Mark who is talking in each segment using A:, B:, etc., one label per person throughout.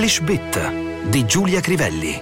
A: English Bit di Giulia Crivelli.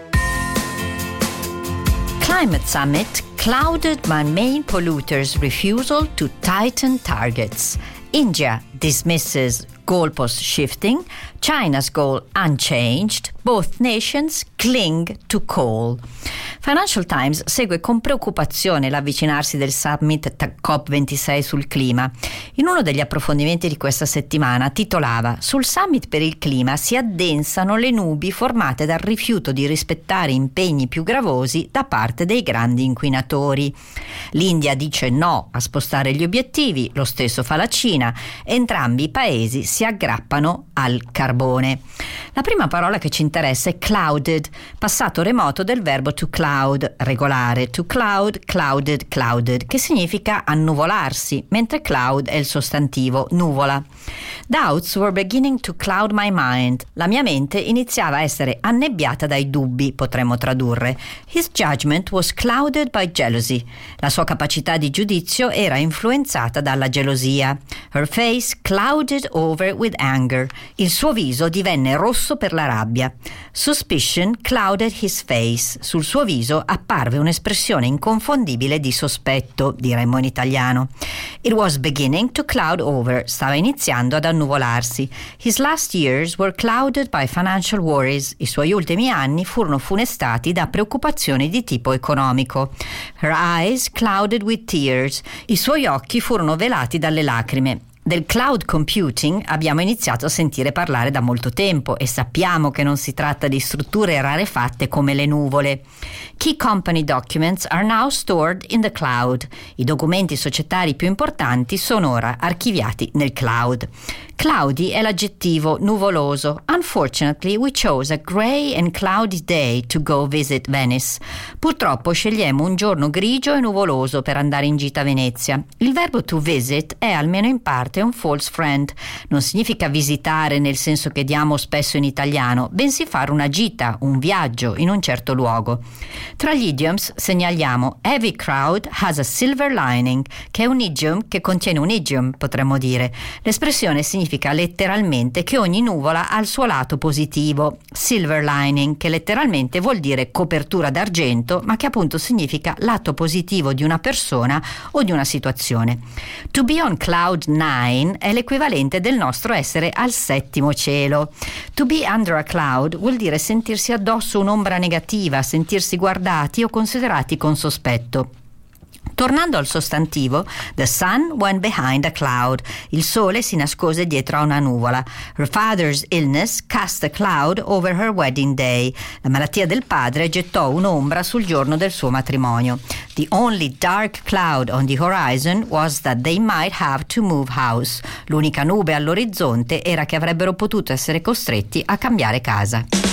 B: Climate Summit clouded by main polluters' refusal to tighten targets. India dismisses goalpost shifting, China's goal unchanged, both nations cling to coal. Financial Times segue con preoccupazione l'avvicinarsi del summit COP26 sul clima. In uno degli approfondimenti di questa settimana titolava: sul summit per il clima si addensano le nubi formate dal rifiuto di rispettare impegni più gravosi da parte dei grandi inquinatori. L'India dice no a spostare gli obiettivi, lo stesso fa la Cina, entrambi i paesi si aggrappano al carbone. La prima parola che ci interessa è clouded, passato remoto del verbo to cloud, regolare, to cloud, clouded, clouded, che significa annuvolarsi, mentre cloud è il sostantivo, nuvola. Doubts were beginning to cloud my mind. La mia mente iniziava a essere annebbiata dai dubbi, potremmo tradurre. His judgment was clouded by jealousy. La sua capacità di giudizio era influenzata dalla gelosia. Her face clouded over with anger. Il suo viso divenne rosso per la rabbia. Suspicion clouded his face. Sul suo viso apparve un'espressione inconfondibile di sospetto, diremmo in italiano. It was beginning to cloud over. Stava iniziando ad annuvolarsi. His last years were clouded by financial worries. I suoi ultimi anni furono funestati da preoccupazioni di tipo economico. Her eyes clouded with tears. I suoi occhi furono velati dalle lacrime. Del cloud computing abbiamo iniziato a sentire parlare da molto tempo e sappiamo che non si tratta di strutture rarefatte come le nuvole. Key company documents are now stored in the cloud. I documenti societari più importanti sono ora archiviati nel cloud. Cloudy è l'aggettivo nuvoloso. Unfortunately, we chose a grey and cloudy day to go visit Venice. Purtroppo scegliemo un giorno grigio e nuvoloso per andare in gita a Venezia. Il verbo to visit è almeno in parte un false friend. Non significa visitare nel senso che diamo spesso in italiano, bensì fare una gita, un viaggio in un certo luogo. Tra gli idioms segnaliamo heavy crowd has a silver lining, che è un idiom che contiene un idiom, potremmo dire. L'espressione significa letteralmente che ogni nuvola ha il suo lato positivo. Silver lining, che letteralmente vuol dire copertura d'argento, ma che appunto significa lato positivo di una persona o di una situazione. To be on cloud nine è l'equivalente del nostro essere al settimo cielo. To be under a cloud vuol dire sentirsi addosso un'ombra negativa, sentirsi guardati o considerati con sospetto. Tornando al sostantivo, the sun went behind a cloud. Il sole si nascose dietro a una nuvola. Her father's illness cast a cloud over her wedding day. La malattia del padre gettò un'ombra sul giorno del suo matrimonio. The only dark cloud on the horizon was that they might have to move house. L'unica nube all'orizzonte era che avrebbero potuto essere costretti a cambiare casa.